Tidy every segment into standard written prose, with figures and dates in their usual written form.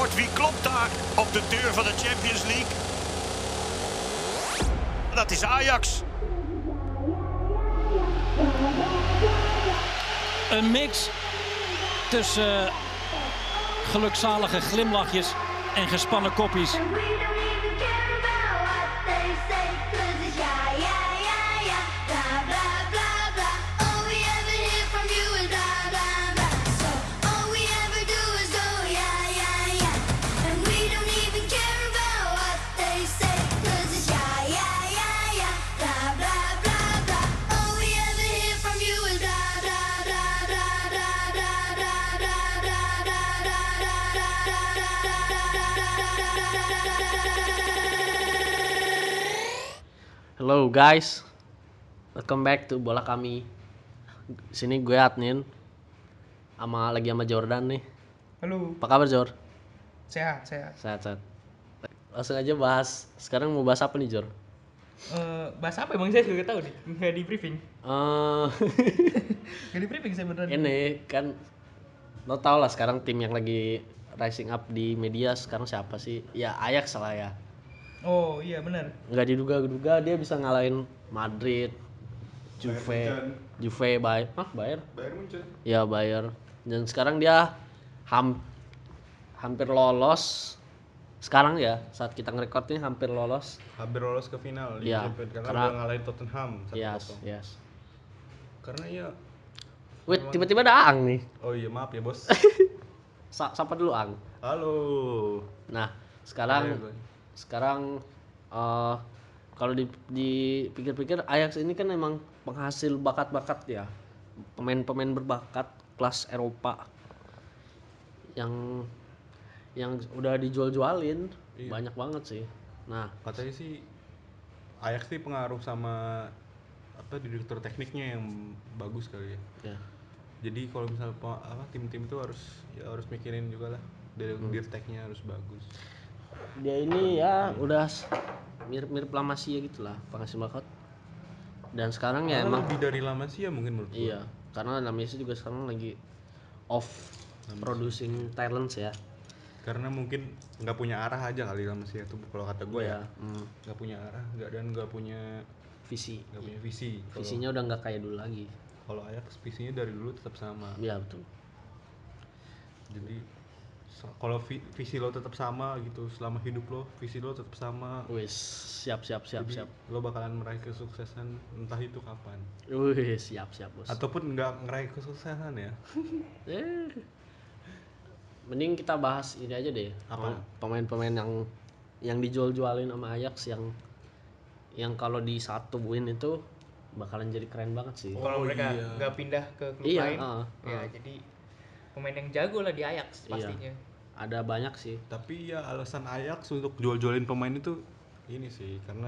gehoord. Wie klopt daar op de deur van de Champions League? Dat is Ajax. Een mix tussen gelukzalige glimlachjes en gespannen koppies. Hello guys, welcome back to Bola Kami. Sini gue admin, lagi sama Jordan nih. Halo, Apa kabar Jor? sehat. Sehat. Langsung aja bahas. Sekarang mau bahas apa nih Jor? Bahas apa emang saya juga tahu nih, nggak di briefing. Eh, Nggak di briefing saya beneran. Ini kan lo tau lah sekarang tim yang lagi rising up di media sekarang siapa sih? Ya Ajax lah ya. Oh iya benar. Nggak diduga-duga dia bisa ngalahin Madrid, Juve, Bayern. Bayern Munchen. Ya Bayern. Dan sekarang dia hampir lolos. Sekarang ya saat kita ngerekord ini hampir lolos. Hampir lolos ke final di Iya, Champions karena karena- udah ngalahin Tottenham 1-0. Yes. Karena ya Wait, tiba-tiba ada Ang nih. oh iya maaf ya bos. Sapa dulu Ang. Halo. Nah, Ayo, sekarang kalau dipikir-pikir Ajax ini kan emang penghasil bakat-bakat ya, pemain-pemain berbakat kelas Eropa yang udah dijual-jualin. Iya. Banyak banget sih. Nah, Katanya sih Ajax sih pengaruh sama direktur tekniknya yang bagus kali ya. ya Jadi kalau misalnya tim-tim itu harus mikirin juga lah direkteknya harus bagus. dia ini ya udah mirip-mirip La Masia gitu lah, penghasil bakat. Dan sekarang ya Karena emang lebih dari lama sih ya mungkin menurut gue. iya, karena La Masia juga sekarang lagi off producing talents ya. Karena mungkin nggak punya arah aja kali lama sih itu kalau kata gue ya. Hmm, Nggak punya arah, nggak punya visi. visi. Visinya udah nggak kayak dulu lagi. Kalau Ajax visinya dari dulu tetap sama. Iya betul. Jadi kalau visi lo tetap sama gitu selama hidup lo, visi lo tetap sama. Wis, siap. Jadi lo bakalan meraih kesuksesan entah itu kapan. Wis, siap bos. Ataupun nggak meraih kesuksesan ya. Eh. Mending kita bahas ini aja deh. Apa? Pemain-pemain yang dijual-jualin sama Ajax yang kalau disatuin itu bakalan jadi keren banget sih. Kalau Oh, mereka iya. nggak pindah ke klub Iya, lain, ya jadi pemain yang jago lah di Ajax pastinya. Ada banyak sih. Tapi ya alasan Ajax untuk jual-jualin pemain itu ini sih karena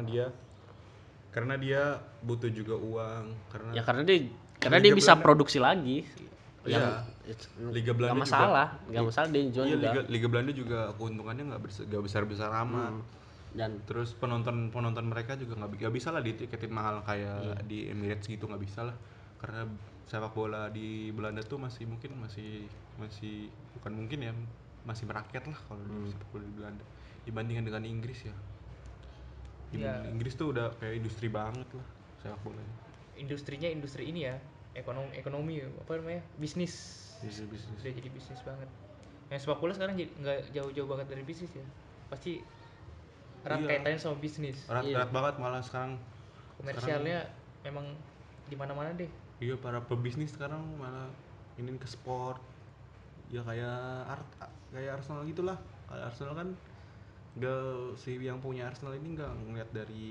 dia butuh juga uang Karena dia Liga bisa Belanda- produksi lagi. Iya. Liga Belanda nggak masalah dia jual Iya, juga. Liga Belanda juga keuntungannya nggak besar amat. Dan Terus penonton mereka juga nggak bisa lah ditiketin mahal kayak di Emirates gitu, nggak bisa lah karena sepak bola di Belanda tuh masih bukan mungkin ya masih merakyat lah kalau di sepak bola di Belanda dibandingkan dengan Inggris ya. Iya. Inggris tuh udah kayak industri banget lah sepak bolanya. Industrinya industri ini ya, ekonomi apa namanya, bisnis. Bisnis. Udah jadi bisnis banget. Yang sepak bola sekarang nggak jauh-jauh banget dari bisnis ya, pasti erat Iya. kaitannya sama bisnis. Erat banget malah sekarang. Komersialnya memang di mana-mana deh. Iya, para pebisnis sekarang malah ingin ke sport. Ya kayak Arsenal gitulah. Kayak Arsenal kan yang punya Arsenal ini nggak ngeliat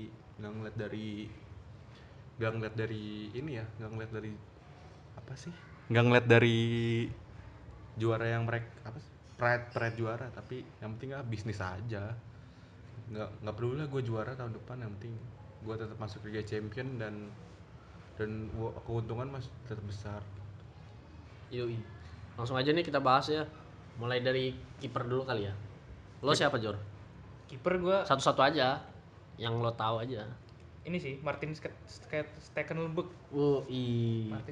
dari juara yang mereka pride juara, tapi yang penting bisnis aja. Nggak perlu lah gue juara tahun depan, yang penting gue tetap masuk Liga Champion dan keuntungan masih tetap besar. yoi. Langsung aja nih kita bahas ya. Mulai dari kiper dulu kali ya. Lo siapa Jor? Kiper gua Satu-satu aja. Yang lo tahu aja. ini sih Martin Stekelenburg. Martin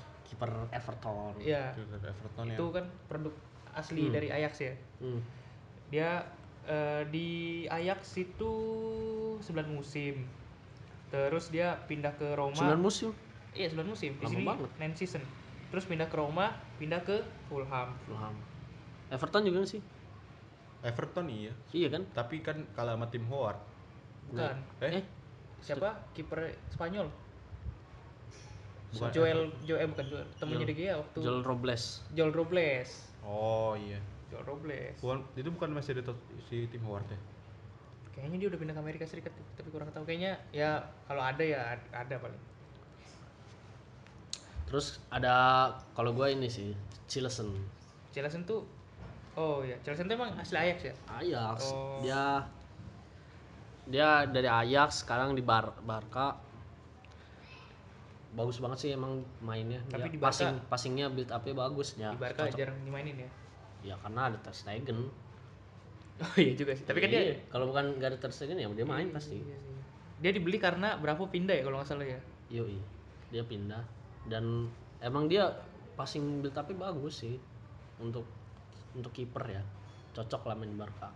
Kiper Everton. Iya. Everton Itu kan produk asli dari Ajax ya. Dia di Ajax itu 9 musim. Terus dia pindah ke Roma. 9 musim. Iya, 9 musim. Di Lama sini banget. 9 season. Terus pindah ke Roma, pindah ke Fulham. Fulham. Everton juga sih. Everton iya. Iya kan? Tapi kan kalah sama tim Howard. Bukan. Eh, Siapa? Kiper Spanyol. Bukan Bukan Joel. Temennya De Gea waktu Joel Robles. Joel Robles. Oh iya. Joel Robles. Itu bukan masih ada si tim Howard ya? Kayaknya dia udah pindah ke Amerika Serikat tuh, tapi kurang tahu. Kayaknya ya kalau ada ya ada paling. Terus ada kalau gue ini sih Cillessen. Cillessen tuh Cillessen tuh emang asli Ajax ya? Ajax. Oh. Dia dari Ajax sekarang di Barca. Bagus banget sih emang mainnya. Tapi Dia di Barca- passingnya build up-nya bagus ya. Di Barca Cocok. jarang dimainin ya. Ya karena ada Ter Stegen. Oh iya juga sih. Tapi kan Iya, dia kalau bukan gak ada Ter Stegen ya dia main pasti. Iya sih. Dia dibeli karena Bravo pindah ya kalau nggak salah ya. Yoi. Dia pindah dan emang dia passing build up-nya bagus sih untuk kiper ya. Cocok lah main di Barca.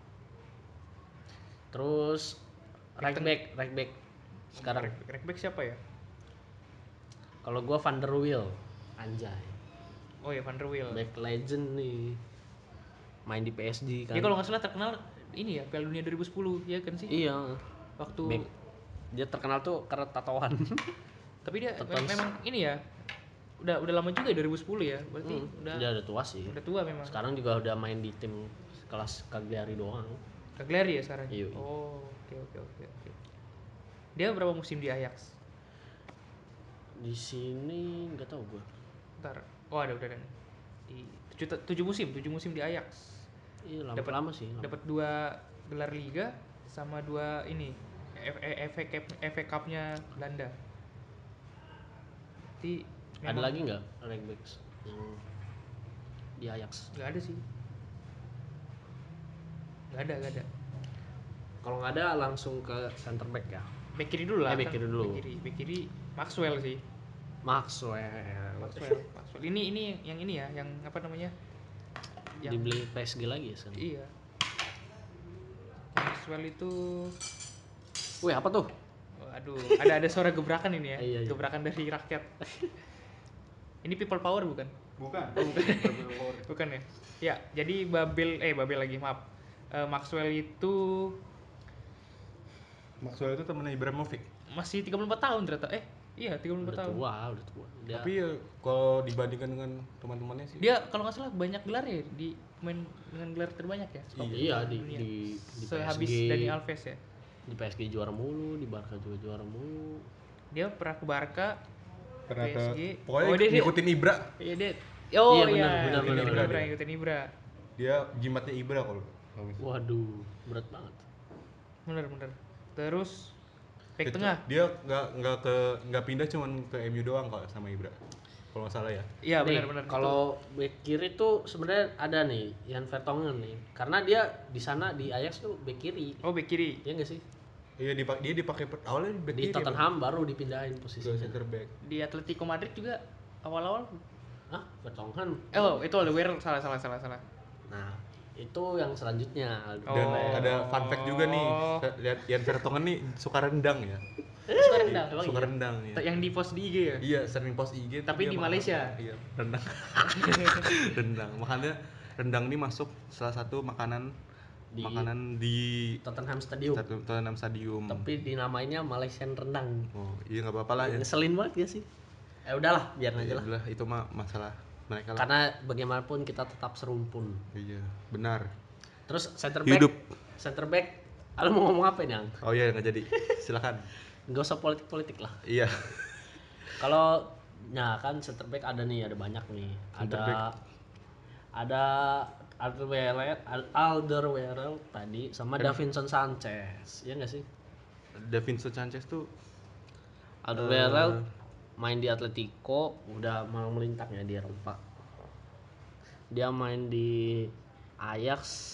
Terus right back sekarang. Right back siapa ya? Kalau gua Van der Wiel, anjay. Oh ya, Van der Wiel. Back legend nih. Main di PSG kan. Dia kalau nggak salah terkenal ini ya, Piala Dunia 2010 ya kan sih? Iya. Waktu Back. Dia terkenal tuh karena tatoan. tapi dia Teton. memang ini ya. Udah lama juga ya 2010 ya. Berarti Dia udah tua sih. udah tua memang. Sekarang juga udah main di tim kelas Cagliari doang. Cagliari ya sekarang. Iya. Oh, oke. Dia berapa musim di Ajax? Di sini nggak tahu gua. Ntar. Oh, ada udah. Di 7 musim di Ajax. Iya Dapat- lama sih. Dapat 2 gelar liga sama 2 ini FA Cup-nya Belanda. Berarti Ada memang lagi nggak right backs yang di Ajax? nggak ada sih. Nggak ada. Kalau nggak ada langsung ke center back ya. Back kiri dulu lah. Back kiri dulu. Back kiri Maxwell sih. Maxwell. Ini yang ini ya, yang apa namanya? Dibeli PSG lagi ya sekarang. Iya. Maxwell itu Wih apa tuh? aduh, ada suara gebrakan ini ya. Iya. Gebrakan dari rakyat. Ini people power bukan? Bukan. Bukan ya? Ya, jadi Babel lagi, maaf. Maxwell itu Maxwell itu temennya Ibrahimovic. masih 34 tahun ternyata. Iya, 34 Udah tahun. tua. Dia, Tapi ya kalau dibandingkan dengan teman-temannya sih. Dia kalau nggak salah banyak gelar ya, di main dengan gelar terbanyak ya. iya di dunia. PSG. Sehabis Dani Alves ya. Di PSG juara mulu, di Barca juga juara mulu. Dia pernah ke Barca, Pernah ke PSG. pokoknya dia ngikutin Ibra. Iya, dia. Iya, benar. Ngikutin Ibra. Dia jimatnya Ibra kalau. Waduh, berat banget. Bener. Terus back Itu tengah. Dia nggak pindah cuman ke MU doang kalau sama Ibra. Kalau nggak salah ya. Iya, Nih, benar. Kalau back kiri tuh sebenarnya ada nih Jan Vertonghen nih. Karena dia di sana di Ajax tuh back kiri. Oh, back kiri. Iya enggak sih? Iya dia dipakai awalnya di back Di kiri. Tottenham baru dipindahin Ke posisinya. center back. Di Atletico Madrid juga awal-awal. Hah? Vertonghen. Oh, itu Oliver salah. Nah, itu yang selanjutnya. Dan Oh. ada fun fact juga nih. Lihat Jan Vertonghen nih suka rendang ya. Suka rendang. Emang Suka iya? rendang ya. Yang di post di IG ya. Iya, sering post IG. Tapi dia di makan Malaysia? rendang. Iya, rendang. Rendang. Makanya rendang ini masuk salah satu makanan Di- di Tottenham Stadium. Tottenham Stadium. Tapi dinamainnya Malaysian rendang. Oh, iya nggak apa-apa lah ya. Ngeselin banget gak sih? Udahlah, biar aja Ya lah. udah, itu mah masalah mereka lah. Karena bagaimanapun kita tetap serumpun. Iya, benar. Terus center back. Hidup. Center back. Lo mau ngomong apa ini, Ang? Oh iya, nggak jadi. Silakan. Gak usah politik-politik lah. Iya. Kalau kan center back ada banyak nih. Center Ada Alderweireld tadi sama Davinson Sanchez. Iya enggak sih? Davinson Sanchez tuh Alderweireld main di Atletico, udah mau melintang ya di Eropa. Dia main di Ajax.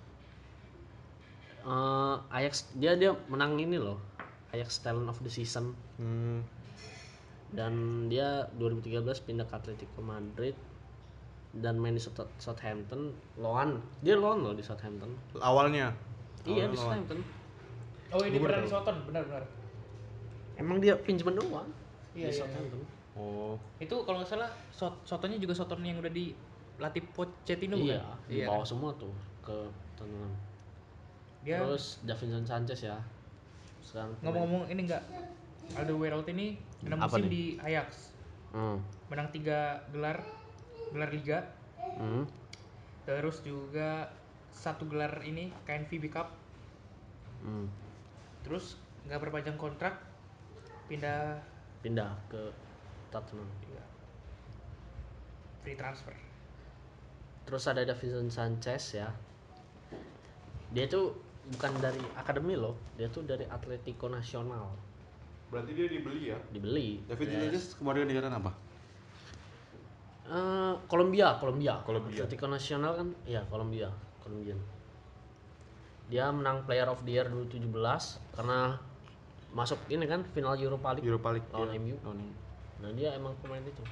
Ajax dia menang ini loh. Ajax Talent of the Season. Dan dia 2013 pindah ke Atletico Madrid. dan main di Southampton. Dia loan loh di Southampton. Awalnya. Iya, di Awalnya lawan. Southampton. Oh ini Gua pernah baru di tahu. Soton, benar-benar. Emang dia pinjaman doang Iya, di iya, Southampton. Oh. Itu kalau nggak salah Sotonnya juga Soton yang udah dilatih Pochettino bukan? Iya, dibawa kan? semua tuh ke Tottenham. Dia Terus Davinson Sanchez ya. Sekarang ngomong-ngomong ini enggak, Alderweireld ini 6 Apa musim nih? di Ajax, Hmm. menang 3 gelar liga, Hmm. terus juga 1 gelar ini KNVB Cup, Hmm. terus nggak perpanjang kontrak, pindah Pindah ke Tottenham. ya, free transfer. Terus ada Davinson Sanchez ya. Dia tuh bukan dari akademi loh, dia tuh dari Atletico Nacional. Berarti dia dibeli ya? Dibeli. David Yes. Sanchez kemarin dikatakan apa? Colombia. Colombia. Atletico Nacional kan, iya Colombian. Dia menang Player of the Year 2017 karena masuk ini kan final Europa League Europa League lawan ya. MU. Lawan MU. Nah dia emang pemain itu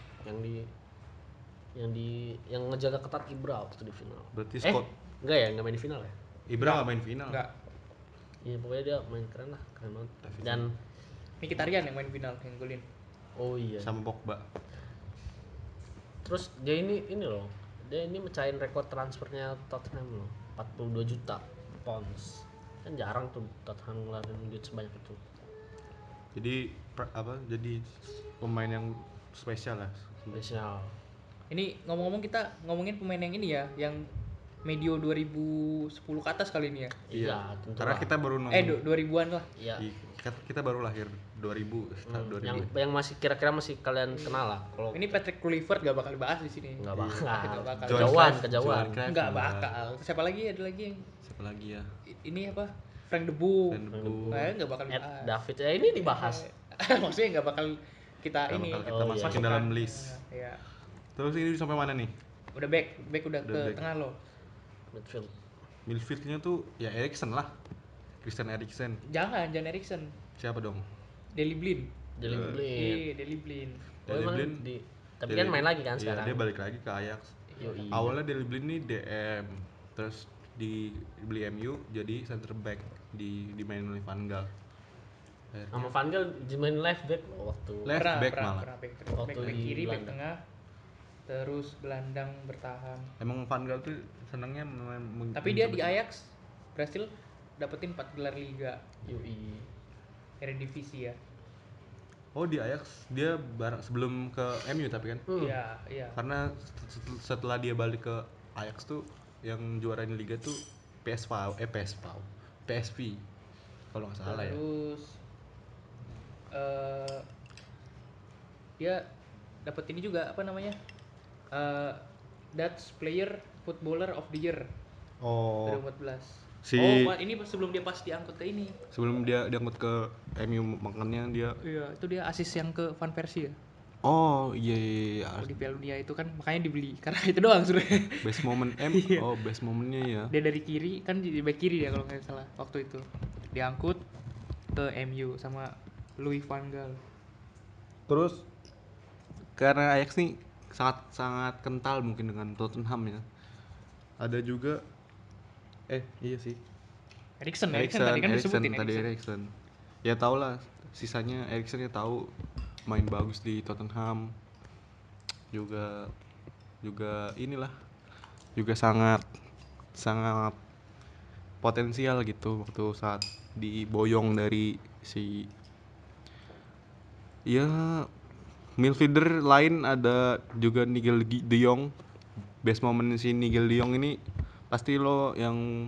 yang ngejaga ketat Ibra waktu di final. Berarti Scott Enggak main di final ya? Ibra nggak main final. Enggak, Iya pokoknya dia main keren banget. Davinson. Dan Mkhitaryan yang main final yang golin. oh iya. Sama Pogba. Terus dia ini loh. Dia ini mecahin rekor transfernya Tottenham loh. 42 juta pounds. Kan jarang tuh Tottenham ngeluarin duit sebanyak itu. Jadi jadi pemain yang spesial lah. Spesial. Ini ngomong-ngomong kita ngomongin pemain yang ini ya, yang medio 2010 ke atas kali ini ya. Iya, tentu. Karena kita baru nonton. 2000-an lah. Iya. Kita baru lahir 2000, start 2000. Yang masih kira-kira masih kalian kenal lah. Kalau Ini Patrick Kluivert gak bakal dibahas di sini. nggak Nggak bakal. bakal. Kejauhan. Johan Cruyff Enggak juga. bakal. Siapa lagi? Ada lagi yang Siapa lagi ya? ini apa? Frank de Boer. Frank de Boer. Nah, enggak bakal Ed dibahas. David ya ini dibahas. Maksudnya enggak bakal kita Nggak ini. bakal kita Oh, iya. masukin masukkan. dalam list. Iya. Terus ini sampai mana nih? Udah back udah Udah ke back. tengah lo. Midfield. Midfieldnya tuh ya Eriksen lah. Christian Eriksen. Jangan Eriksen. Siapa dong? Deli Blind. Deli Blind. Iya, Deli Blind. Oh, emang Blind. tapi kan main lagi kan Iya, sekarang. dia balik lagi ke Ajax. Yoi. Awalnya Deli Blind nih DM, terus dibeli MU jadi center back dimainin oleh Van Gaal. Akhirnya Sama Van Gaal main left back loh waktu. Left back malah. Pernah back, Waktu back di kiri, back Belanda. tengah. Terus gelandang bertahan. Emang Van Gaal tuh senangnya Tapi dia di Ajax berhasil dapetin 4 gelar liga Yoi. Eredivisie ya. Oh di Ajax dia sebelum ke MU tapi kan Iya, iya. karena setelah dia balik ke Ajax tuh yang juarain liga tuh PSV kalau nggak salah ya. Terus dia dapet ini juga apa namanya? Dutch Player Footballer of the Year Oh 2014. si Ini sebelum dia pas diangkut ke ini. sebelum dia diangkut ke MU makanya dia Iya, itu dia asis yang ke Van Persie ya. oh iya Di Piala Dunia itu kan makanya dibeli karena itu doang sebenarnya. best moment Iya. oh best momennya ya. Dia dari kiri kan jadi back kiri dia kalau nggak salah waktu itu. Diangkut ke MU sama Louis van Gaal. Terus karena Ajax nih sangat kental mungkin dengan Tottenham ya. Ada juga iya sih. Eriksen tadi kan disebutin tadi Eriksen. Ya tau lah sisanya Eriksen ya tahu main bagus di Tottenham. Juga inilah juga sangat potensial gitu waktu saat diboyong dari si ya midfielder lain ada juga Nigel de Jong. Best moment si Nigel de Jong ini pasti lo yang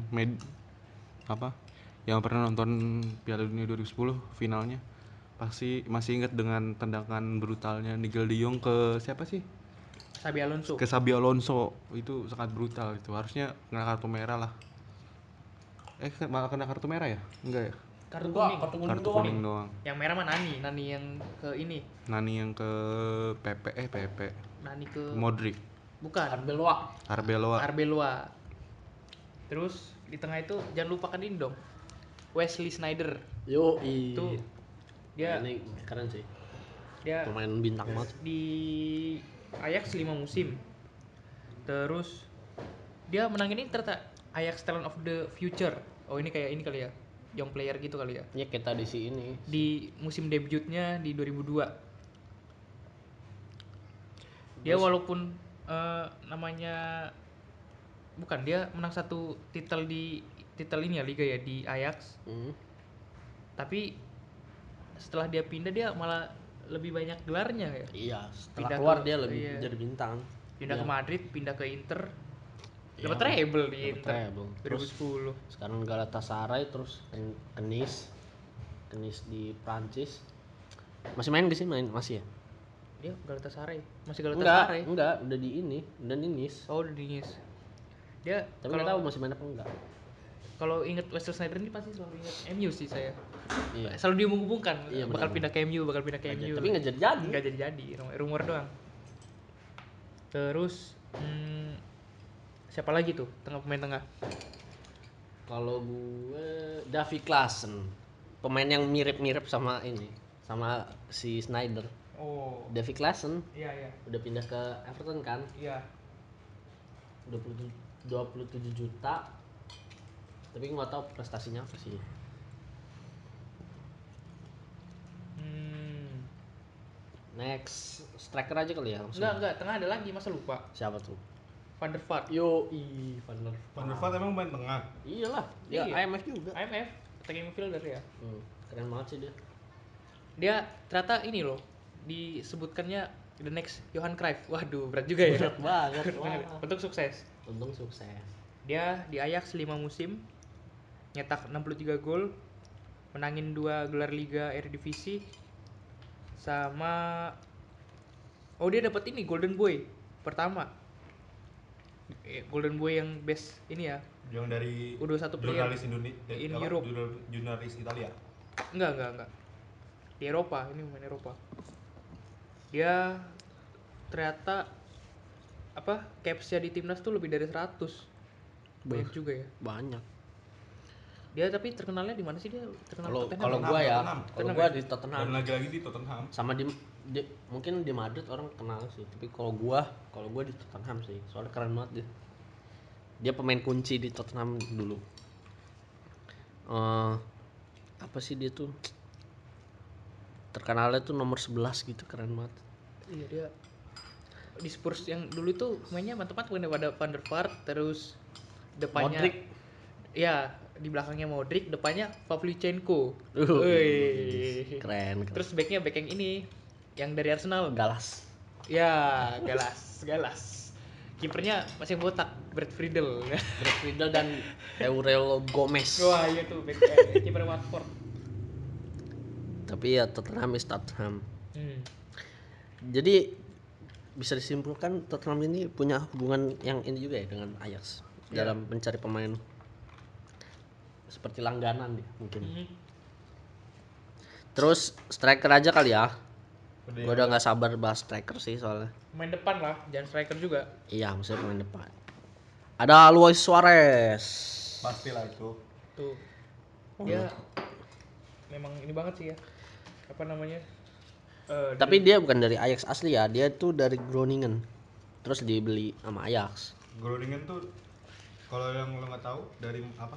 yang pernah nonton Piala Dunia 2010 finalnya pasti masih ingat dengan tendangan brutalnya Nigel de Jong ke siapa sih? Xabi Alonso. Ke Xabi Alonso. Itu sangat brutal itu. Harusnya kena kartu merah lah. Malah kena kartu merah ya? Enggak ya? Kartu Enggak, kuning. Kartu kuning doang. Yang merah mah Nani yang ke ini. Nani yang ke PP. Nani ke Modric. bukan. Arbeloa. Arbeloa. Terus di tengah itu jangan lupakan ini dong. Wesley Sneijder. Yoi. Itu dia ini keren sih. dia Pemain bintang banget. di Ajax 5 musim. Terus dia menangin ini ternyata Ajax Talent of the Future. Oh ini kayak ini kali ya, young player gitu kali ya. Ya kita di sini. Di musim debutnya di 2002. Dia walaupun namanya bukan, dia menang satu titel ini ya, liga ya di Ajax. Tapi setelah dia pindah dia malah lebih banyak gelarnya ya. Iya, setelah Pindah keluar ke- dia lebih iya. jadi bintang. Pindah ke Iya. Madrid, pindah ke Inter. Iya, Dapat treble di dapat Inter. treble. Terus 2010. sekarang Galatasaray, terus ke Nice di Prancis. Masih main di sini, masih ya? Dia Galatasaray. Masih Enggak, Galatasaray. udah di Nice. Oh, udah di Nice. Dia Tapi nggak tahu masih main apa enggak. kalau inget Wesley Sneijder ini pasti selalu inget MU sih saya. Iya. Selalu diumumkan Iya, bakal benar. pindah ke MU, bakal pindah ke MU. Tapi nggak jadi. Nggak jadi, rumor doang. Terus siapa lagi tuh pemain tengah? Kalau gue Davy Klaassen, pemain yang mirip-mirip sama ini, sama si Snyder. Oh, Davy Klaassen iya iya. udah pindah ke Everton kan, Iya. 27 juta. Tapi nggak tahu prestasinya apa sih. Next, striker aja kali ya langsung. Enggak, tengah ada lagi, masa lupa? Siapa tuh? Van der Vaart. Yo, Van der Vaart emang main tengah. Iyalah, dia Iya. IMF juga. IMF, attacking midfielder ya. Keren banget sih dia. Dia ternyata ini loh, disebutkannya the next Johan Cruyff. Waduh, berat juga ya. Berat banget. Wah. Untuk sukses. Untung sukses. Dia di Ajax 5 musim, nyetak 63 gol, menangin 2 gelar Liga Eredivisie, sama dia dapat ini Golden Boy pertama. Golden Boy yang best ini ya. Yang dari U21 player jurnalis Indonesia in Europe. Jurnalis Italia. Enggak. Di Eropa, ini main Eropa. Dia ternyata capsnya di timnas tuh lebih dari 100. Banyak juga ya. Banyak. Dia tapi terkenalnya di mana sih dia? Terkenal Tottenham. Kalau gua ya, Tottenham. kalau gua di Tottenham. Dan lagi-lagi di Tottenham. Sama mungkin di Madrid orang kenal sih, tapi kalau gua di Tottenham sih. Soalnya keren banget dia. Dia pemain kunci di Tottenham dulu. Apa sih dia tuh? Terkenalnya tuh nomor 11 gitu, keren banget. Iya, dia di Spurs yang dulu tuh mainnya mantep banget, ada Van der Vaart, terus depannya Modric. Ya, di belakangnya Modric, depannya Pavlyuchenko. Keren. Terus back yang ini, yang dari Arsenal. Galas. Ya, Galas. Kipernya masih botak, Brad Friedel. Brad Friedel dan Aurelio Gomez. Wah, iya tuh kiper Watford. Tapi ya Tottenham is Tottenham. Jadi bisa disimpulkan Tottenham ini punya hubungan yang ini juga ya dengan Ajax dalam mencari pemain seperti langganan dia mungkin. Terus striker aja kali ya. Gua udah nggak sabar bahas striker sih soalnya. Pemain depan lah, jangan striker juga. Iya, maksudnya pemain depan. Ada Luis Suarez. Pastilah itu. Tuh. Dia memang ini banget sih ya. Apa namanya? Tapi dia bukan dari Ajax asli ya, dia tuh dari Groningen. Terus dibeli sama Ajax. Groningen tuh kalau yang lo nggak tahu dari apa?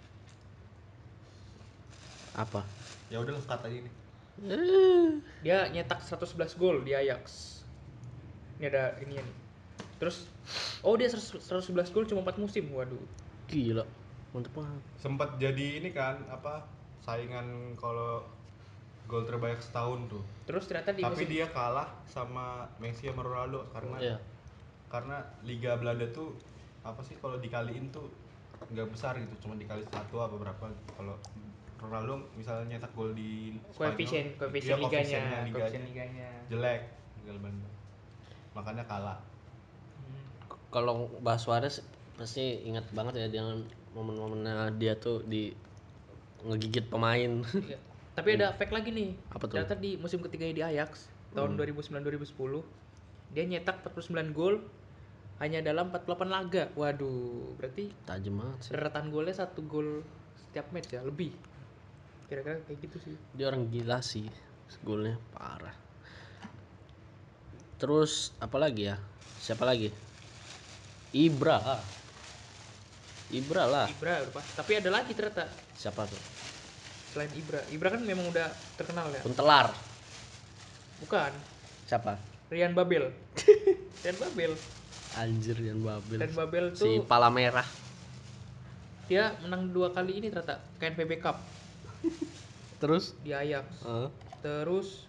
Apa? Ya udahlah kata ini. Dia nyetak 111 gol di Ajax. Ini ada ini nih. Terus dia 111 gol cuma 4 musim. Waduh. Gila. Mantep banget. Sempat jadi ini kan apa? Saingan kalau gol terbanyak setahun tuh. Terus ternyata di Tapi musim dia kalah sama Messi sama Ronaldo Iya. karena Liga Belanda tuh apa sih kalau dikaliin tuh nggak besar gitu, cuma dikali 1 apa berapa. Kalau Ronaldo misalnya nyetak gol di koefisien Spanyol, liganya, koefisien liganya jelek Liga Belanda. Makanya kalah. Kalau bahas Suarez pasti ingat banget ya dengan momen-momennya dia tuh di ngegigit pemain. Iya. Tapi ada fact lagi nih. Apa tuh? Ternyata di musim ketiganya di Ajax tahun 2009-2010 dia nyetak 49 gol hanya dalam 48 laga. Waduh, berarti Tajam banget sih. deretan golnya 1 gol setiap match ya, lebih. Kira-kira kayak gitu sih. Dia orang gila sih, golnya parah. Terus apa lagi ya? Siapa lagi? Ibra lah. Ibra lah. Ibra lupa. Tapi ada lagi ternyata Siapa tuh? selain Ibra. Ibra kan memang udah terkenal ya. Kuntelar. Bukan. Siapa? Rian Babel. Rian Babel. Anjir yang Babel. Rian Babel Si tuh pala merah. dia menang 2 kali ini ternyata KNPB Cup Terus? di Ajax. Heeh. Terus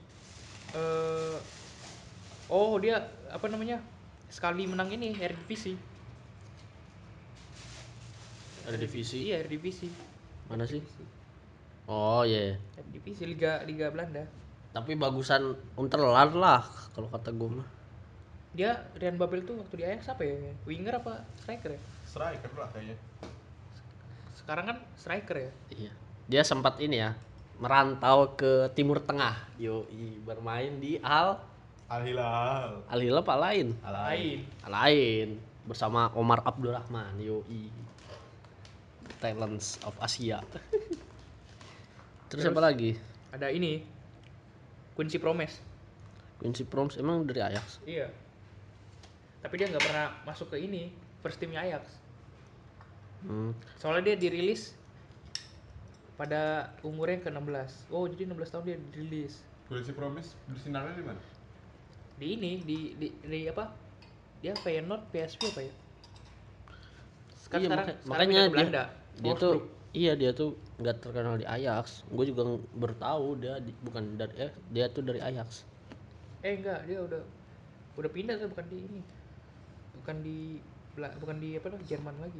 oh dia apa namanya? Sekali menang ini Eredivisie. Ada divisi. Iya, Eredivisie. Mana sih? Oh iya. Eredivisie Liga Belanda. Tapi bagusan Unterland lah kalau kata gue mah. Dia Rian Babel tuh waktu di Ajax apa ya? Winger apa striker ya? Striker lah kayaknya. Sekarang kan striker ya. Iya. Dia sempat ini ya, merantau ke Timur Tengah. Yoi, bermain di Al Al-Hilal. Hilal apa lain? Lain. Lain bersama Omar Abdurrahman. Yoi. Talents of Asia. Terus apa lagi? Ada ini Quincy Promes. Quincy Promes emang dari Ajax. Iya. Tapi dia nggak pernah masuk ke ini first teamnya Ajax. Soalnya dia dirilis pada umurnya ke-16. Oh, jadi 16 tahun dia dirilis. Quincy Promes bersinarnya di mana? Di ini di apa? Dia Feyenoord, PSV apa ya? Iya, Sekarang makanya pindah ke Belanda. dia tuh dia tuh nggak terkenal di Ajax. Gue juga baru tahu bukan dari dia tuh dari Ajax. Enggak, dia udah pindah kan, bukan di ini. Bukan di apa namanya Jerman lagi.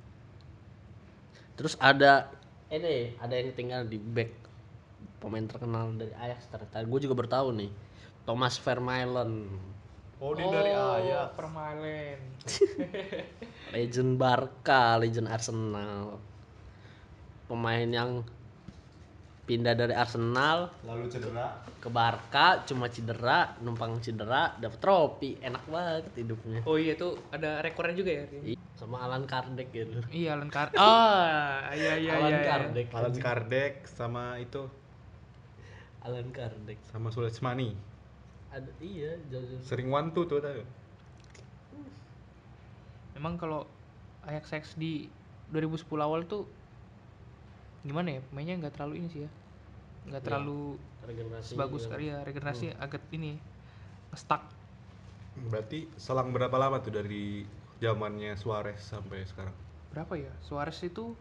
Terus ada yang tinggal di back pemain terkenal dari Ajax ternyata. Gue juga baru tahu nih. Thomas Vermaelen, Oh, dia dari Ajax. Vermaelen. legend Barca, legend Arsenal. Pemain yang pindah dari Arsenal Lalu cedera. ke Barca, cuma cedera, numpang cedera, dapet trofi, enak banget hidupnya. Oh iya tuh ada rekornya juga ya. Sama Alan Kardec gitu. Iya, Alan Kardec. Ah, iya. Alan Kardec. Alan Kardec sama itu Alan Kardec. sama Sulejmani. Ada jauh. Sering wantu tuh tadi. Memang kalau Ajax di 2010 awal tuh gimana ya, pemainnya nggak terlalu ini sih ya, nggak terlalu Regenerasi bagus juga. kali ya, regenerasi agak ini stuck. Berarti selang berapa lama tuh dari zamannya Suarez sampai sekarang? Berapa ya Suarez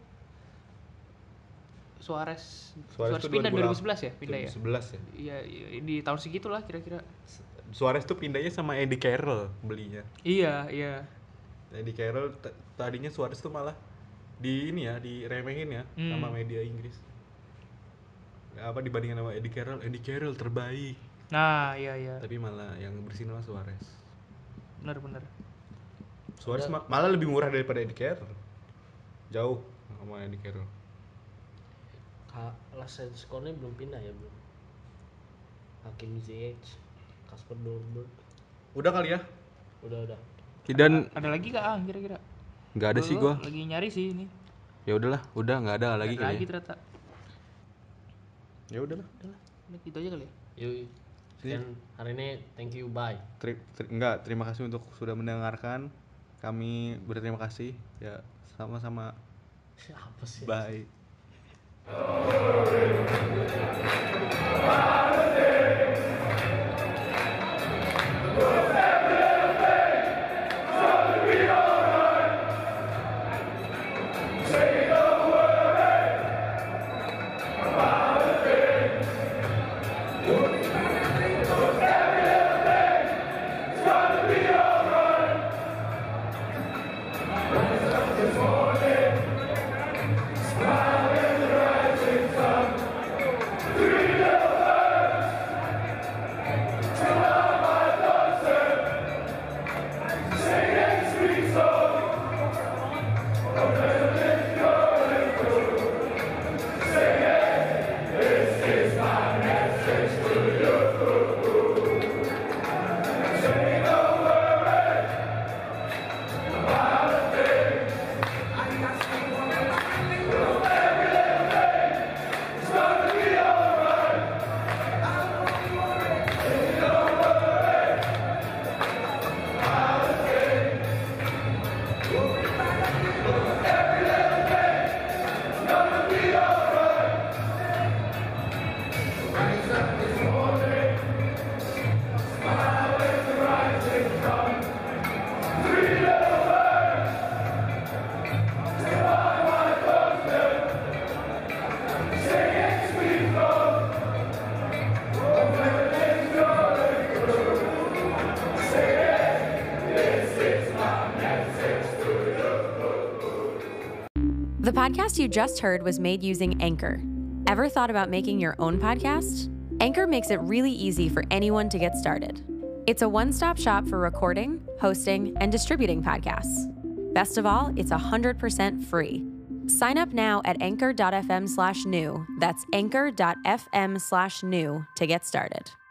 tuh pindah 2011 2011 ya, pindah ya. 2011 ya. Iya, di tahun segitulah kira-kira. Suarez tuh pindahnya sama Eddie Carroll belinya. Iya. Eddie Carroll tadinya Suarez tuh malah diremehin ya sama media Inggris. Apa dibandingin sama Eddie Carroll terbaik. Nah, iya. Tapi malah yang bersinar Suarez. Bener. Suarez malah lebih murah daripada Eddie Carroll. Jauh sama Eddie Carroll. Lasensko-nya belum pindah ya, belum. Hakim Ziyech, Kasper Dolberg. Udah kali ya? Udah. Dan Ada lagi gak kira-kira? nggak ada sih gua. Lagi nyari sih ini. Ya udahlah, udah nggak ada lagi Ada kali. lagi Ya. ternyata. Ya udahlah. Udah gitu aja kali ya. Yuk. Dan hari ini thank you, bye. Terima kasih untuk sudah mendengarkan. Kami berterima kasih. Ya, sama-sama. Apa sih? Bye. This is my message to you. The podcast you just heard was made using Anchor. Ever thought about making your own podcast? Anchor makes it really easy for anyone to get started. It's a one-stop shop for recording, hosting, and distributing podcasts. Best of all, it's 100% free. Sign up now at anchor.fm/new. That's anchor.fm/new to get started.